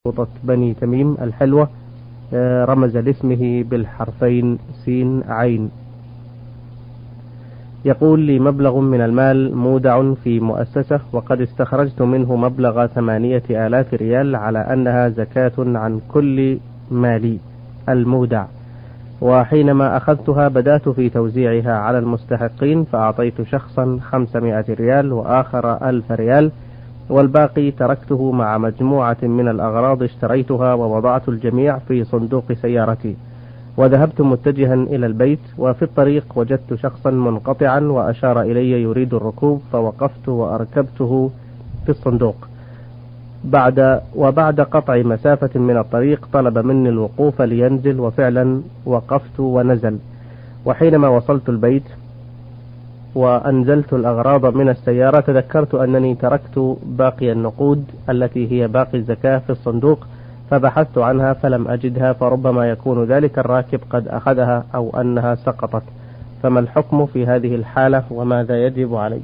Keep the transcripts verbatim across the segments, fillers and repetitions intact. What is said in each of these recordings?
خطة بني تميم الحلوة، رمز لاسمه بالحرفين سين عين. يقول لي مبلغ من المال مودع في مؤسسة، وقد استخرجت منه مبلغ ثمانية آلاف ريال على أنها زكاة عن كل مالي المودع، وحينما أخذتها بدأت في توزيعها على المستحقين، فأعطيت شخصا خمسمائة ريال وآخر ألف ريال، والباقي تركته مع مجموعة من الأغراض اشتريتها، ووضعت الجميع في صندوق سيارتي، وذهبت متجها إلى البيت، وفي الطريق وجدت شخصا منقطعا وأشار إلي يريد الركوب، فوقفت وأركبته في الصندوق. بعد وبعد قطع مسافة من الطريق طلب مني الوقوف لينزل، وفعلا وقفت ونزل. وحينما وصلت البيت وأنزلت الأغراض من السيارة تذكرت أنني تركت باقي النقود التي هي باقي الزكاة في الصندوق، فبحثت عنها فلم أجدها، فربما يكون ذلك الراكب قد أخذها أو أنها سقطت، فما الحكم في هذه الحالة وماذا يجب علي؟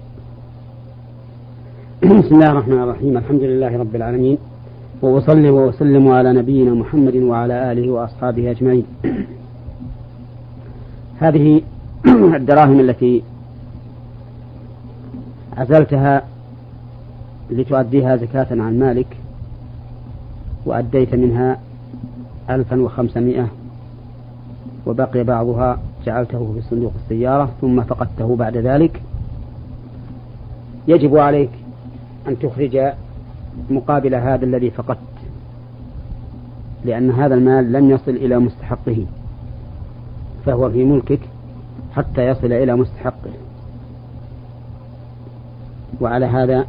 بسم الله الرحمن الرحيم. الحمد لله رب العالمين، وأصلي وأسلم على نبينا محمد وعلى آله وأصحابه أجمعين. هذه الدراهم التي عزلتها لتؤديها زكاة عن مالك، وأديت منها ألفا وخمسمائة، وبقي بعضها جعلته في صندوق السيارة ثم فقدته بعد ذلك. يجب عليك أن تخرج مقابل هذا الذي فقدت، لأن هذا المال لم يصل إلى مستحقه، فهو في ملكك حتى يصل إلى مستحقه. وعلى هذا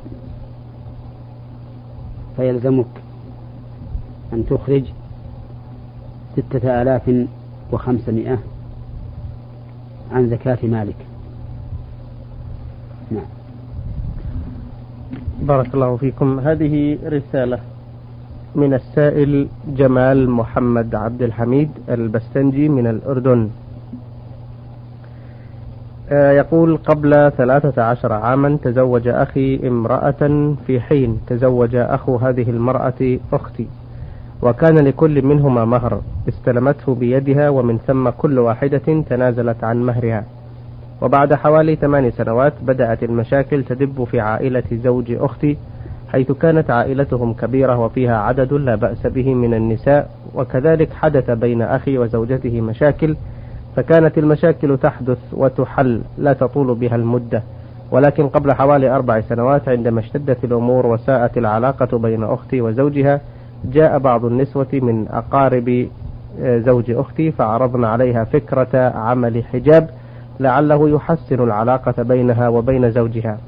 فيلزمك أن تخرج ستة آلاف وخمسمائة عن زكاة مالك. نعم. بارك الله فيكم. هذه رسالة من السائل جمال محمد عبد الحميد البستنجي من الأردن. يقول: قبل ثلاثة عشر عاما تزوج أخي امرأة، في حين تزوج أخو هذه المرأة أختي، وكان لكل منهما مهر استلمته بيدها، ومن ثم كل واحدة تنازلت عن مهرها. وبعد حوالي ثمان سنوات بدأت المشاكل تدب في عائلة زوج أختي، حيث كانت عائلتهم كبيرة وفيها عدد لا بأس به من النساء، وكذلك حدث بين أخي وزوجته مشاكل، فكانت المشاكل تحدث وتحل لا تطول بها المدة. ولكن قبل حوالي أربع سنوات عندما اشتدت الأمور وساءت العلاقة بين أختي وزوجها، جاء بعض النسوة من أقارب زوج أختي فعرضنا عليها فكرة عمل حجاب لعله يحسن العلاقة بينها وبين زوجها،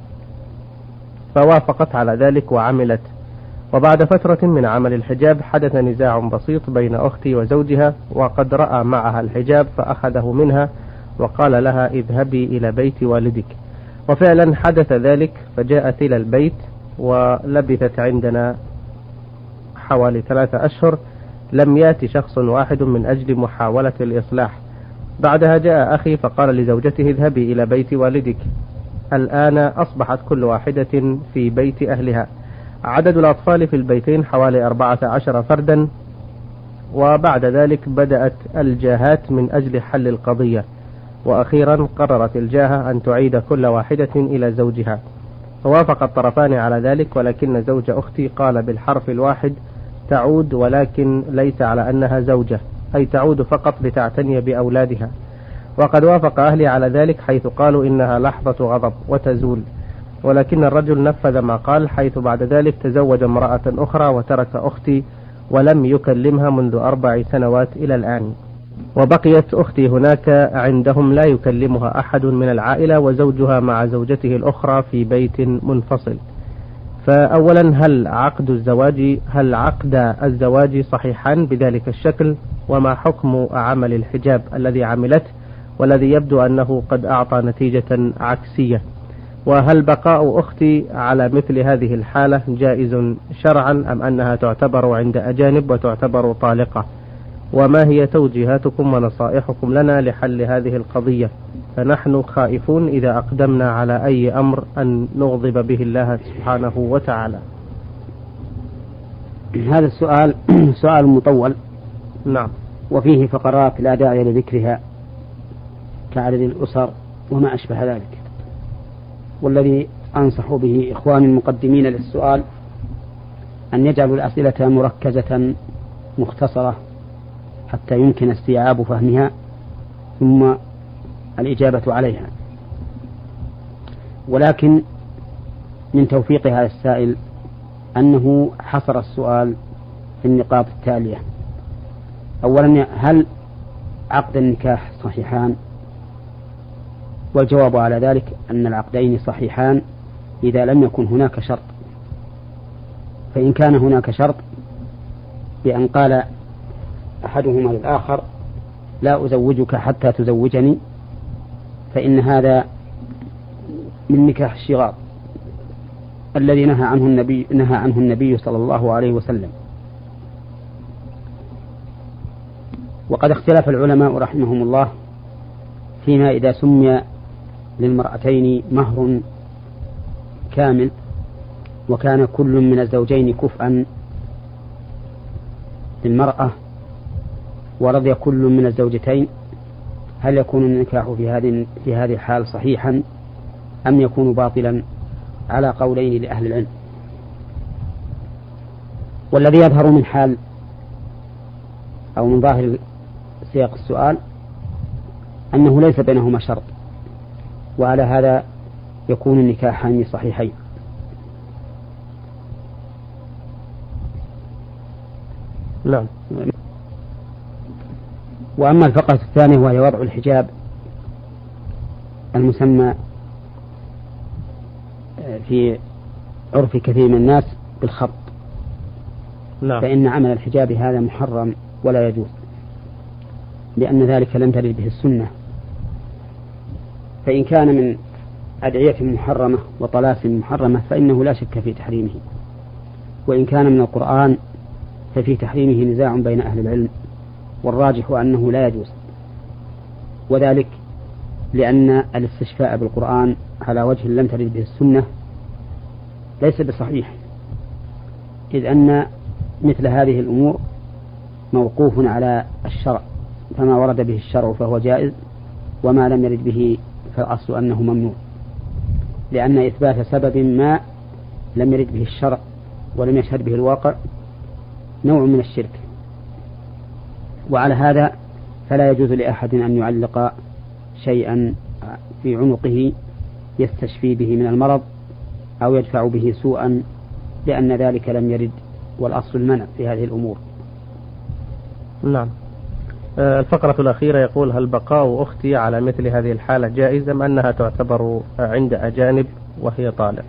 فوافقت على ذلك وعملت. وبعد فترة من عمل الحجاب حدث نزاع بسيط بين أختي وزوجها، وقد رأى معها الحجاب فأخذه منها وقال لها: اذهبي إلى بيت والدك. وفعلا حدث ذلك، فجاءت إلى البيت ولبثت عندنا حوالي ثلاثة أشهر، لم يأتي شخص واحد من أجل محاولة الإصلاح. بعدها جاء أخي فقال لزوجته: اذهبي إلى بيت والدك. الآن أصبحت كل واحدة في بيت أهلها. عدد الأطفال في البيتين حوالي أربعة عشر فردا. وبعد ذلك بدأت الجاهات من أجل حل القضية، وأخيرا قررت الجاهة أن تعيد كل واحدة إلى زوجها، فوافق الطرفان على ذلك، ولكن زوج أختي قال بالحرف الواحد: تعود، ولكن ليس على أنها زوجة، أي تعود فقط لتعتني بأولادها. وقد وافق أهلي على ذلك، حيث قالوا إنها لحظة غضب وتزول، ولكن الرجل نفذ ما قال، حيث بعد ذلك تزوج امرأة أخرى وترك أختي ولم يكلمها منذ أربع سنوات إلى الآن. وبقيت أختي هناك عندهم لا يكلمها أحد من العائلة، وزوجها مع زوجته الأخرى في بيت منفصل. فأولا، هل عقد الزواج هل عقد الزواج صحيحان بذلك الشكل؟ وما حكم عمل الحجاب الذي عملته والذي يبدو أنه قد أعطى نتيجة عكسية؟ وهل بقاء أختي على مثل هذه الحالة جائز شرعا، أم أنها تعتبر عند أجانب وتعتبر طالقة؟ وما هي توجيهاتكم ونصائحكم لنا لحل هذه القضية؟ فنحن خائفون إذا أقدمنا على أي أمر أن نغضب به الله سبحانه وتعالى. هذا السؤال سؤال مطول. نعم. وفيه فقرات لا داعي لذكرها كعدد الأسر وما أشبه ذلك، والذي أنصح به إخواني المقدمين للسؤال أن يجعلوا الأسئلة مركزة مختصرة حتى يمكن استيعاب فهمها ثم الإجابة عليها. ولكن من توفيق هذا السائل أنه حصر السؤال في النقاط التالية: أولا، هل عقد النكاح صحيحان؟ والجواب على ذلك أن العقدين صحيحان إذا لم يكن هناك شرط. فإن كان هناك شرط بأن قال أحدهما للآخر لا أزوجك حتى تزوجني، فإن هذا من نكاح الشغار الذي نهى عنه النبي نهى عنه النبي صلى الله عليه وسلم. وقد اختلف العلماء رحمهم الله فيما إذا سمي للمرأتين مهر كامل وكان كل من الزوجين كفءا للمرأة ورضي كل من الزوجتين، هل يكون النكاح في هذه في هذه الحال صحيحا أم يكون باطلا؟ على قولين لأهل العلم. والذي يظهر من حال أو من ظاهر سياق السؤال أنه ليس بينهما شرط، وعلى هذا يكون النكاحان صحيحين. نعم. وأما الفقرة الثانية وهي وضع الحجاب المسمى في عرف كثير من الناس بالخط، نعم. فإن عمل الحجاب هذا محرم ولا يجوز، لأن ذلك لم ترد به السنة. فإن كان من أدعية محرمة وطلاسم محرمة فإنه لا شك في تحريمه، وإن كان من القرآن ففي تحريمه نزاع بين أهل العلم، والراجح أنه لا يجوز، وذلك لأن الاستشفاء بالقرآن على وجه لم ترد به السنة ليس بصحيح، إذ أن مثل هذه الأمور موقوف على الشرع، فما ورد به الشرع فهو جائز، وما لم يرد به فالأصل أنه ممنوع، لأن إثبات سبب ما لم يرد به الشرع ولم يشهد به الواقع نوع من الشرك. وعلى هذا فلا يجوز لأحد أن يعلق شيئا في عنقه يستشفي به من المرض أو يدفع به سوءا، لأن ذلك لم يرد، والأصل المنع في هذه الأمور. نعم. الفقرة الأخيرة يقول: هل بقاء أختي على مثل هذه الحالة جائز أم أنها تعتبر عند أجانب وهي طالق؟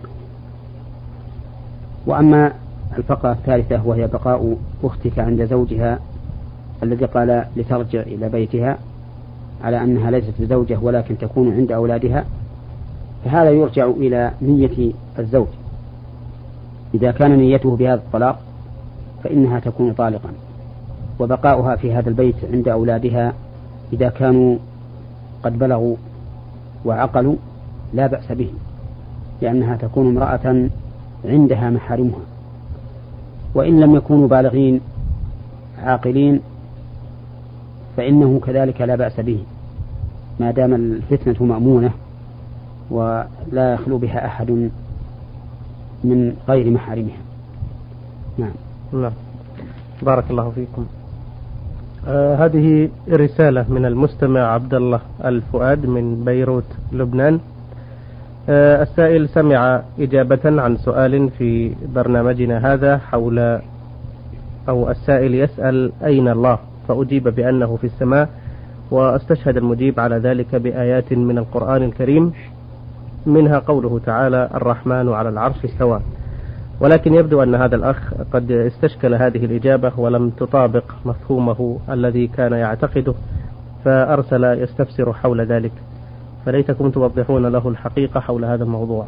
وأما الفقرة الثالثة وهي بقاء أختك عند زوجها الذي قال لترجع إلى بيتها على أنها ليست بزوجة ولكن تكون عند أولادها، فهذا يرجع إلى نية الزوج. إذا كان نيته بهذا الطلاق فإنها تكون طالقا، وبقاؤها في هذا البيت عند أولادها إذا كانوا قد بلغوا وعقلوا لا بأس به، لأنها تكون امرأة عندها محارمها. وإن لم يكونوا بالغين عاقلين فإنه كذلك لا بأس به، ما دام الفتنة مأمونة ولا يخلو بها أحد من غير محارمها. نعم. نعم. بارك الله فيكم. آه هذه رسالة من المستمع عبد الله الفؤاد من بيروت لبنان. آه السائل سمع إجابة عن سؤال في برنامجنا هذا حول، أو السائل يسأل أين الله، فأجيب بأنه في السماء، واستشهد المجيب على ذلك بآيات من القرآن الكريم منها قوله تعالى: الرحمن على العرش استوى. ولكن يبدو أن هذا الأخ قد استشكل هذه الإجابة ولم تطابق مفهومه الذي كان يعتقده، فأرسل يستفسر حول ذلك، فليتكم توضحون له الحقيقة حول هذا الموضوع.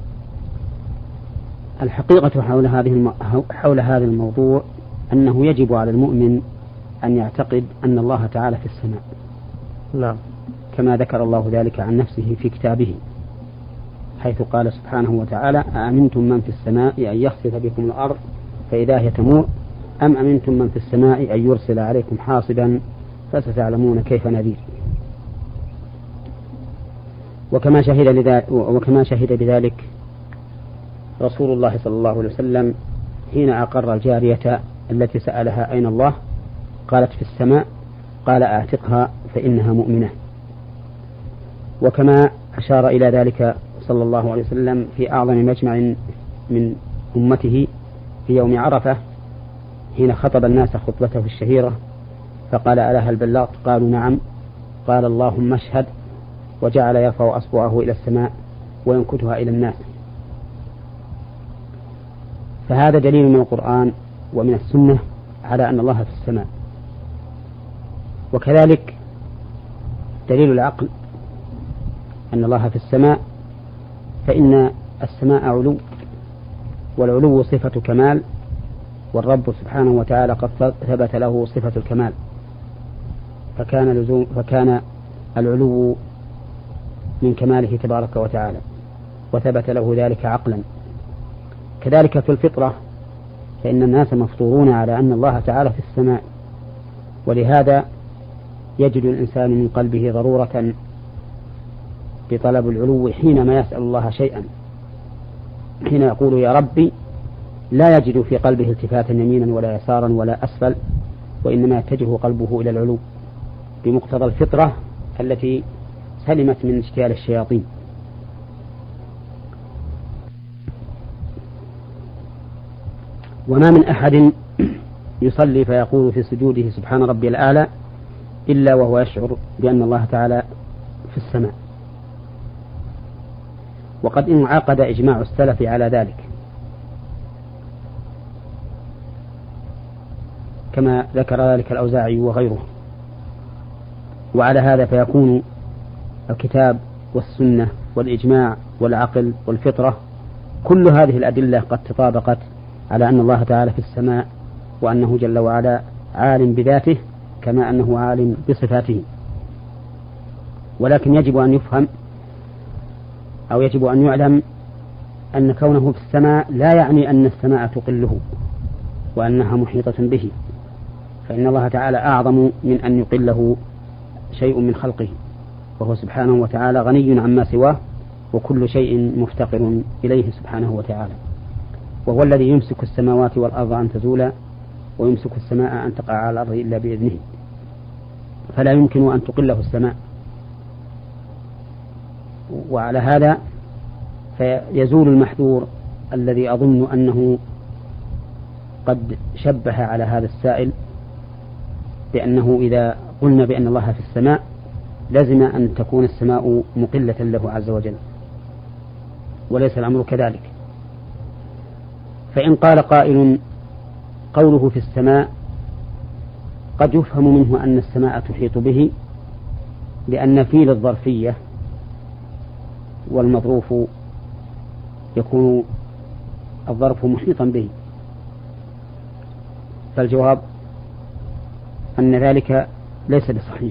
الحقيقة حول هذه الم... حول هذا الموضوع أنه يجب على المؤمن أن يعتقد أن الله تعالى في السماء. نعم. كما ذكر الله ذلك عن نفسه في كتابه، حيث قال سبحانه وتعالى: أأمنتم من في السماء أن يخسف بكم الأرض فإذا هي تمور أم أمنتم من في السماء أن يرسل عليكم حاصبا فستعلمون كيف نذير. وكما شهد, لذلك وكما شهد بذلك رسول الله صلى الله عليه وسلم حين أقر الجارية التي سألها أين الله قالت في السماء، قال أعتقها فإنها مؤمنة. وكما أشار إلى ذلك صلى الله عليه وسلم في أعظم مجمع من أمته في يوم عرفة حين خطب الناس خطبته الشهيرة فقال ألا هل بلغت؟ قالوا نعم. قال اللهم اشهد، وجعل يرفع أصبعه إلى السماء وينكتها إلى الناس. فهذا دليل من القرآن ومن السنة على أن الله في السماء. وكذلك دليل العقل أن الله في السماء، فإن السماء علو، والعلو صفة كمال، والرب سبحانه وتعالى قد ثبت له صفة الكمال، فكان, لزوم فكان العلو من كماله تبارك وتعالى، وثبت له ذلك عقلا. كذلك في الفطرة، فإن الناس مفطورون على أن الله تعالى في السماء، ولهذا يجد الإنسان من قلبه ضرورة بطلب العلو حينما يسأل الله شيئا. حين يقول يا ربي لا يجد في قلبه التفاتا يمينا ولا يسارا ولا أسفل، وإنما يتجه قلبه إلى العلو بمقتضى الفطرة التي سلمت من اشتيال الشياطين. وما من أحد يصلي فيقول في سجوده سبحان ربي الأعلى إلا وهو يشعر بأن الله تعالى في السماء. وقد انعقد إجماع السلف على ذلك، كما ذكر ذلك الأوزاعي وغيره. وعلى هذا فيكون الكتاب والسنة والإجماع والعقل والفطرة كل هذه الأدلة قد تطابقت على أن الله تعالى في السماء، وأنه جل وعلا عالم بذاته كما أنه عالم بصفاته. ولكن يجب أن يفهم أو يجب أن يعلم أن كونه في السماء لا يعني أن السماء تقله وأنها محيطة به، فإن الله تعالى أعظم من أن يقله شيء من خلقه، وهو سبحانه وتعالى غني عما سواه، وكل شيء مفتقر إليه سبحانه وتعالى. وهو الذي يمسك السماوات والأرض أن تزولا، ويمسك السماء أن تقع على الأرض إلا بإذنه، فلا يمكن أن تقله السماء. وعلى هذا فيزول المحذور الذي أظن أنه قد شبه على هذا السائل بأنه إذا قلنا بأن الله في السماء لازم أن تكون السماء مقلة له عز وجل، وليس الأمر كذلك. فإن قال قائل قوله في السماء قد يفهم منه أن السماء تحيط به، لأن فيل الظرفية والمظروف يكون الظرف محيطا به، فالجواب أن ذلك ليس بصحيح،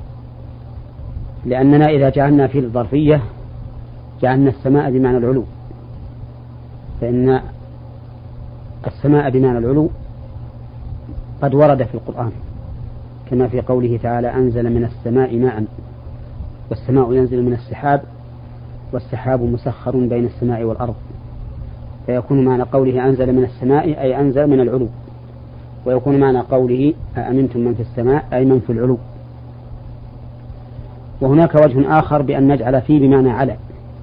لأننا إذا جعلنا فيل الظرفية جعلنا السماء بمعنى العلو، فإن السماء بمعنى العلو قد ورد في القرآن كما في قوله تعالى أنزل من السماء ماء، والسماء ينزل من السحاب، والسحاب مسخر بين السماء والأرض، فيكون معنى قوله أنزل من السماء أي أنزل من العلو، ويكون معنى قوله أأمنتم من في السماء أي من في العلو. وهناك وجه آخر بأن نجعل فيه بمعنى على،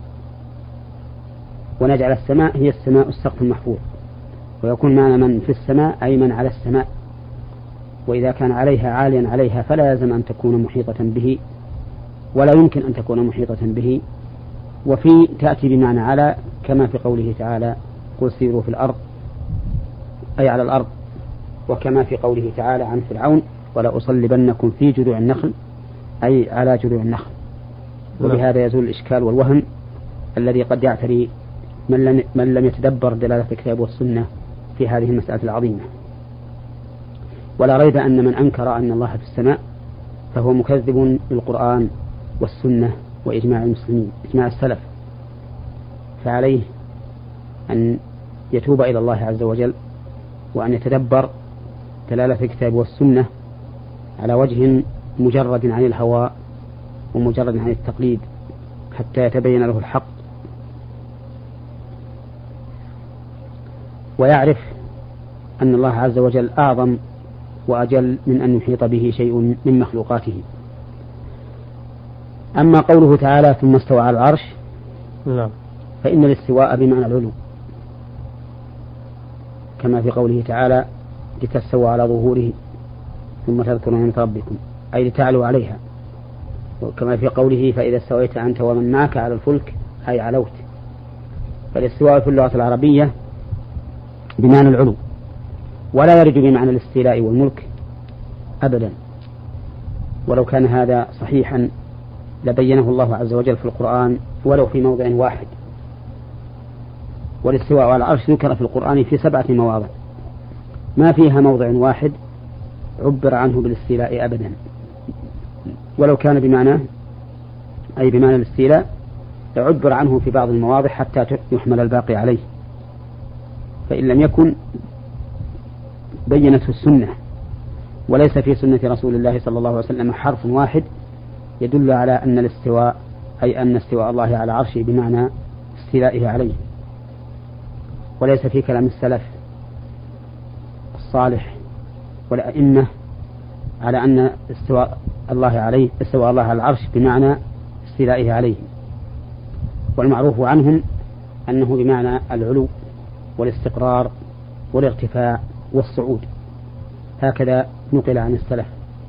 ونجعل السماء هي السماء السقف المحفوظ، ويكون معنى من في السماء أي من على السماء، وإذا كان عليها عاليا عليها فلا يلزم أن تكون محيطة به، ولا يمكن أن تكون محيطة به. وفي تأتي بمعنى على كما في قوله تعالى قل سيروا في الأرض أي على الأرض، وكما في قوله تعالى عن فرعون ولا أصلبنكم في جذوع النخل أي على جذوع النخل. وبهذا يزول الإشكال والوهم الذي قد يعتري من لم, من لم يتدبر دلالة الكتاب والسنة في هذه المسألة العظيمة. ولا ريب أن من أنكر أن الله في السماء فهو مكذب للقرآن والسنة وإجماع المسلمين إجماع السلف، فعليه أن يتوب إلى الله عز وجل، وأن يتدبر الدلالة في الكتاب والسنة على وجه مجرد عن الهوى ومجرد عن التقليد حتى يتبين له الحق، ويعرف أن الله عز وجل أعظم وأجل من أن يحيط به شيء من مخلوقاته. أما قوله تعالى ثم استوى على العرش، نعم، فإن الاستواء بمعنى العلو، كما في قوله تعالى لتستوى على ظهوره ثم تذكروا نعمة ربكم، أي لتعلوا عليها، وكما في قوله فإذا استويت أنت ومن معك على الفلك أي علوت. فالاستواء في اللغة العربية بمعنى العلو، ولا يرد بمعنى الاستيلاء والملك أبدا، ولو كان هذا صحيحا لبينه الله عز وجل في القرآن ولو في موضع واحد. والاستواء على العرش ذكر في القرآن في سبعة مواضع ما فيها موضع واحد عبر عنه بالاستيلاء أبدا، ولو كان بمعنى أي بمعنى الاستيلاء عبر عنه في بعض المواضع حتى يحمل الباقي عليه، فإن لم يكن بينته السنة. وليس في سنة رسول الله صلى الله عليه وسلم حرف واحد يدل على أن الاستواء أي أن استواء الله على عرشه بمعنى استيلائه عليه، وليس في كلام السلف الصالح والأئمة على أن استواء الله عليه استواء الله على العرش بمعنى استيلائه عليه، والمعروف عنهم أنه بمعنى العلو والاستقرار والارتفاع والصعود، هكذا نقل عن السلف.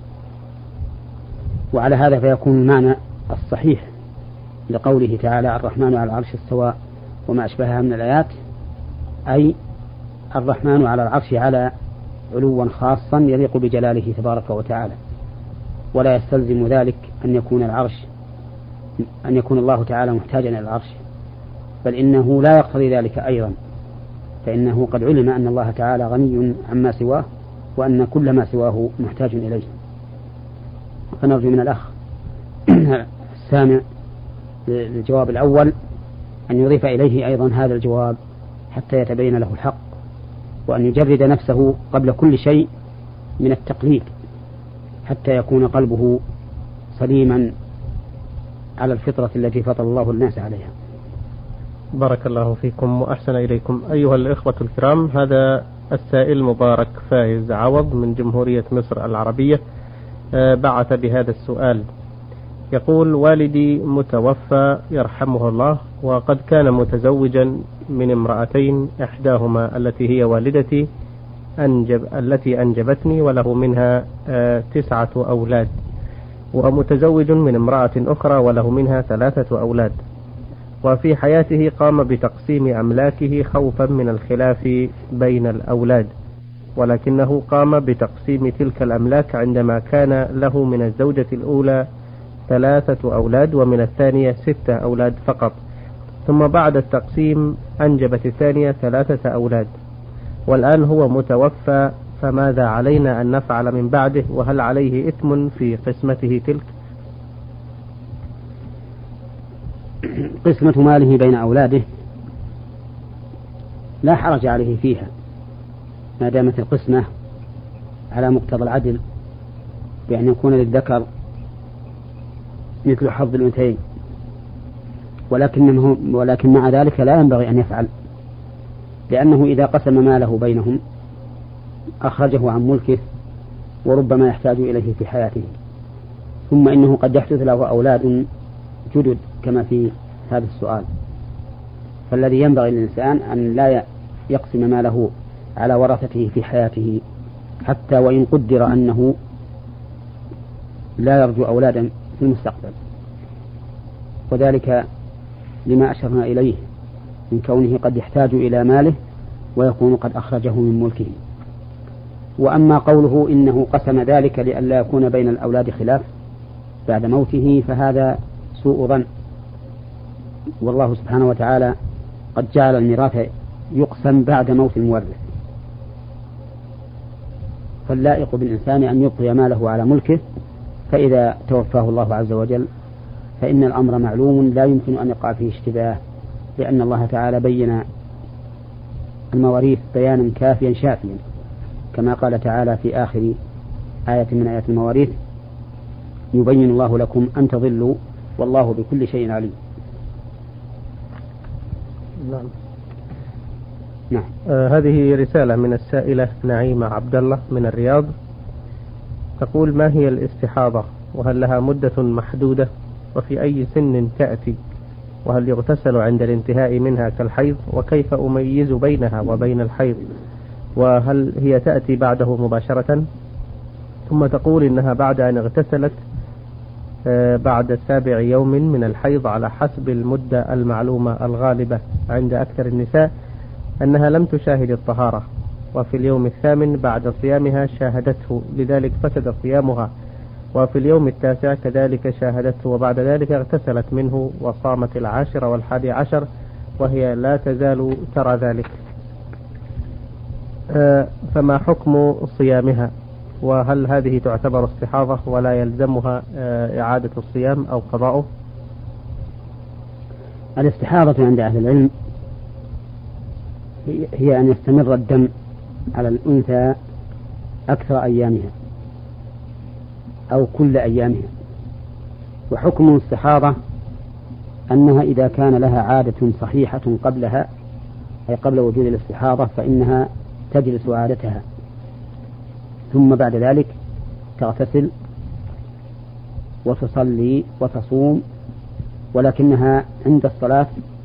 وعلى هذا فيكون المعنى الصحيح لقوله تعالى الرحمن على العرش استوى وما أشبهها من الآيات، أي الرحمن على العرش على علوا خاصا يليق بجلاله تبارك وتعالى، ولا يستلزم ذلك أن يكون العرش أن يكون الله تعالى محتاجا إلى العرش، بل إنه لا يقتضي ذلك أيضا، فإنه قد علم أن الله تعالى غني عما سواه وأن كل ما سواه محتاج إليه. فنرجو من الأخ السامع للجواب الأول أن يضيف إليه أيضا هذا الجواب حتى يتبين له الحق، وأن يجرد نفسه قبل كل شيء من التقليد حتى يكون قلبه سليما على الفطرة التي فطر الله الناس عليها. بارك الله فيكم وأحسن إليكم. أيها الإخوة الكرام، هذا السائل مبارك فايز عوض من جمهورية مصر العربية بعث بهذا السؤال، يقول: والدي متوفى يرحمه الله، وقد كان متزوجا من امرأتين، إحداهما التي هي والدتي أنجب التي أنجبتني وله منها تسعة أولاد، ومتزوج من امرأة أخرى وله منها ثلاثة أولاد. وفي حياته قام بتقسيم أملاكه خوفا من الخلاف بين الأولاد، ولكنه قام بتقسيم تلك الأملاك عندما كان له من الزوجة الأولى ثلاثة أولاد ومن الثانية ستة أولاد فقط، ثم بعد التقسيم أنجبت الثانية ثلاثة أولاد، والآن هو متوفى، فماذا علينا أن نفعل من بعده؟ وهل عليه إثم في قسمته تلك؟ قسمة ماله بين أولاده لا حرج عليه فيها ما دامت القسمة على مقتضى العدل، بأن يكون للذكر مثل حظ الأنثيين، ولكنه ولكن مع ذلك لا ينبغي أن يفعل، لأنه إذا قسم ماله بينهم أخرجه عن ملكه وربما يحتاج إليه في حياته، ثم إنه قد يحدث له أولاد جدد كما في هذا السؤال. فالذي ينبغي للإنسان أن لا يقسم ماله على ورثته في حياته، حتى وإن قدر أنه لا يرجو أولادا في المستقبل، وذلك لما أشرنا إليه من كونه قد يحتاج إلى ماله ويكون قد أخرجه من ملكه. وأما قوله إنه قسم ذلك لئلا يكون بين الأولاد خلاف بعد موته فهذا سوء ظن، والله سبحانه وتعالى قد جعل الميراث يقسم بعد موت المورث، فاللائق بالإنسان أن يبقي ماله على ملكه، فإذا توفاه الله عز وجل فإن الأمر معلوم لا يمكن أن يقع فيه اشتباه، لأن الله تعالى بين المواريث بيانا كافيا شافيا، كما قال تعالى في آخر آية من آيات المواريث: يبين الله لكم أن تضلوا والله بكل شيء عليم. نعم. نعم. آه هذه رسالة من السائلة نعيمة عبد الله من الرياض، تقول: ما هي الاستحاضة، وهل لها مدة محدودة، وفي أي سن تأتي، وهل يغتسل عند الانتهاء منها كالحيض، وكيف أميز بينها وبين الحيض، وهل هي تأتي بعده مباشرة؟ ثم تقول إنها بعد أن اغتسلت بعد سابع يوم من الحيض على حسب المدة المعلومة الغالبة عند أكثر النساء أنها لم تشاهد الطهارة، وفي اليوم الثامن بعد صيامها شاهدته، لذلك فسد صيامها، وفي اليوم التاسع كذلك شاهدته، وبعد ذلك اغتسلت منه وصامت العاشر والحادي عشر وهي لا تزال ترى ذلك، فما حكم صيامها؟ وهل هذه تعتبر استحاضة ولا يلزمها إعادة الصيام أو قضاؤه؟ الاستحاضة عند أهل العلم هي أن يستمر الدم على الأنثى أكثر أيامها أو كل أيامها. وحكم الاستحاضة أنها إذا كان لها عادة صحيحة قبلها، أي قبل وجود الاستحاضة، فإنها تجلس عادتها، ثم بعد ذلك تغتسل وتصلي وتصوم، ولكنها عند الصلاة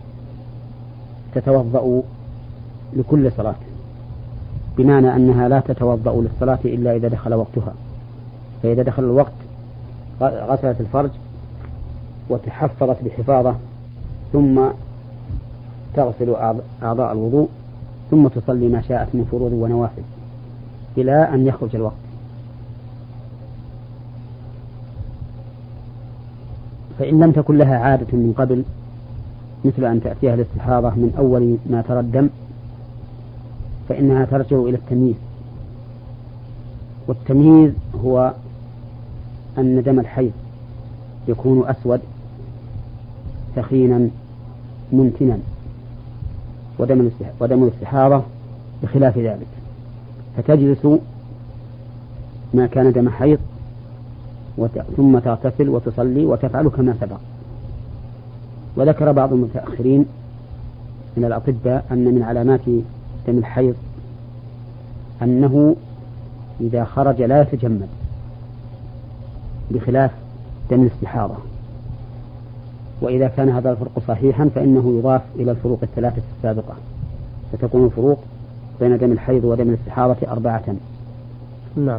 تتوضأ لكل صلاة، بمعنى أنها لا تتوضأ للصلاة إلا إذا دخل وقتها، فإذا دخل الوقت غسلت الفرج وتحفظت بحفاظة، ثم تغسل أعضاء الوضوء، ثم تصلي ما شاءت من فروض ونوافل إلى أن يخرج الوقت. فإن لم تكن لها عادة من قبل، مثل أن تأتيها الاستحاضة من أول ما ترى الدم، فإنها ترجع إلى التمييز. والتمييز هو أن دم الحيض يكون أسود ثخينا منتنا، ودم الاستحاضة بخلاف ذلك، فتجلس ما كان دم حيض ثم تغتسل وتصلي وتفعل كما سبق. وذكر بعض المتأخرين من الأطباء أن من علامات دم الحيض أنه إذا خرج لا يتجمد، بخلاف دم الاستحاضة. وإذا كان هذا الفرق صحيحا فإنه يضاف إلى الفروق الثلاثة السابقة، فتكون الفروق بين دم الحيض ودم الاستحاضة أربعة. نعم.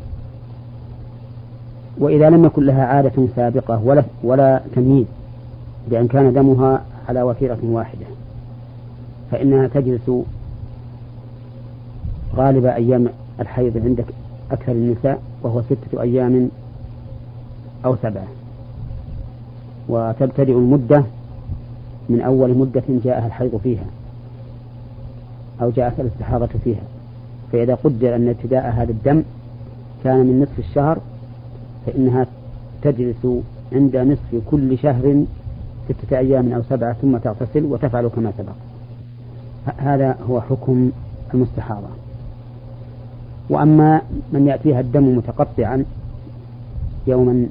وإذا لم يكن لها عادة سابقة ولا, ولا تمييز، بأن كان دمها على وتيرة واحدة، فإنها تجلس غالب أيام الحيض عندك أكثر النساء، وهو ستة أيام أو سبعة، وتبتدئ المدة من أول مدة جاءها الحيض فيها أو جاءت الاستحاضة فيها. فإذا قدر أن ابتداء هذا الدم كان من نصف الشهر، فإنها تجلس عند نصف كل شهر ستة أيام أو سبعة، ثم تغتسل وتفعل كما سبق. هذا هو حكم المستحاضة. وأما من يأتيها الدم متقطعا، يوما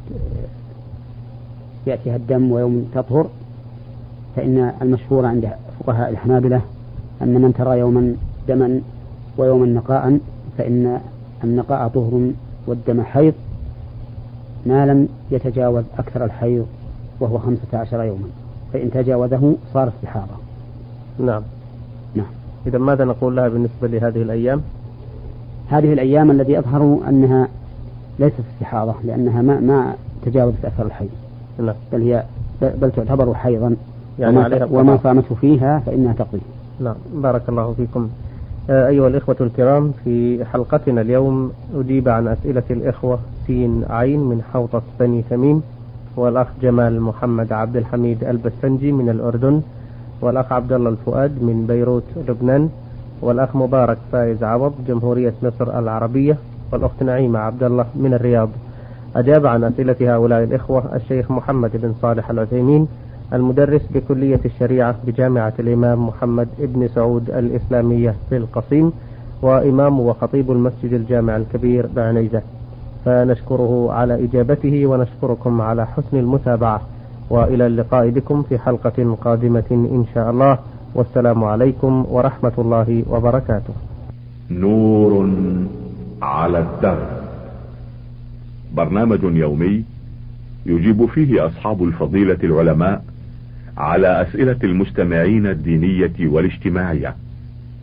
يأتيها الدم ويوم تطهر، فإن المشهور عند فقهاء الحنابلة أن من ترى يوما دما ويوما نقاء فإن النقاء طهر والدم حيض، ما لم يتجاوز أكثر الحيض وهو خمسة عشر يوما، فإن تجاوزه صار استحاضة. نعم. نعم. إذا ماذا نقول لها بالنسبة لهذه الأيام؟ هذه الأيام الذي أظهر أنها ليست استحاضة، لأنها ما ما تجاوزت أكثر الحيض. نعم. بل هي بل تعتبر حيضا، يعني وما, وما صامته فيها فإنها تقضي. نعم. بارك الله فيكم. أيها الإخوة الكرام، في حلقتنا اليوم أجيب عن أسئلة الإخوة سين عين من حوطة بني ثميم، والأخ جمال محمد عبد الحميد البسنجي من الأردن، والأخ عبد الله الفؤاد من بيروت لبنان، والأخ مبارك فايز عوض جمهورية مصر العربية، والأخت نعيمة عبد الله من الرياض. أجاب عن أسئلة هؤلاء الإخوة الشيخ محمد بن صالح العثيمين، المدرس بكلية الشريعة بجامعة الإمام محمد بن سعود الإسلامية في القصيم، وإمام وخطيب المسجد الجامع الكبير بعنيزة، فنشكره على إجابته ونشكركم على حسن المتابعة، وإلى اللقاء بكم في حلقة قادمة إن شاء الله، والسلام عليكم ورحمة الله وبركاته. نور على الدرب، برنامج يومي يجيب فيه أصحاب الفضيلة العلماء على أسئلة المستمعين الدينية والاجتماعية.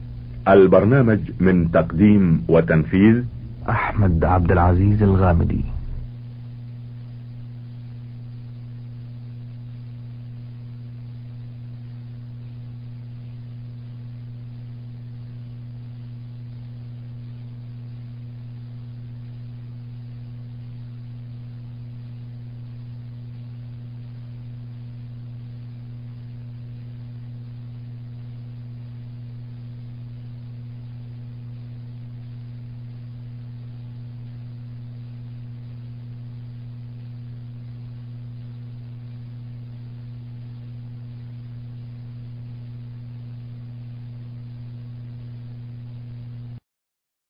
البرنامج من تقديم وتنفيذ أحمد عبد العزيز الغامدي.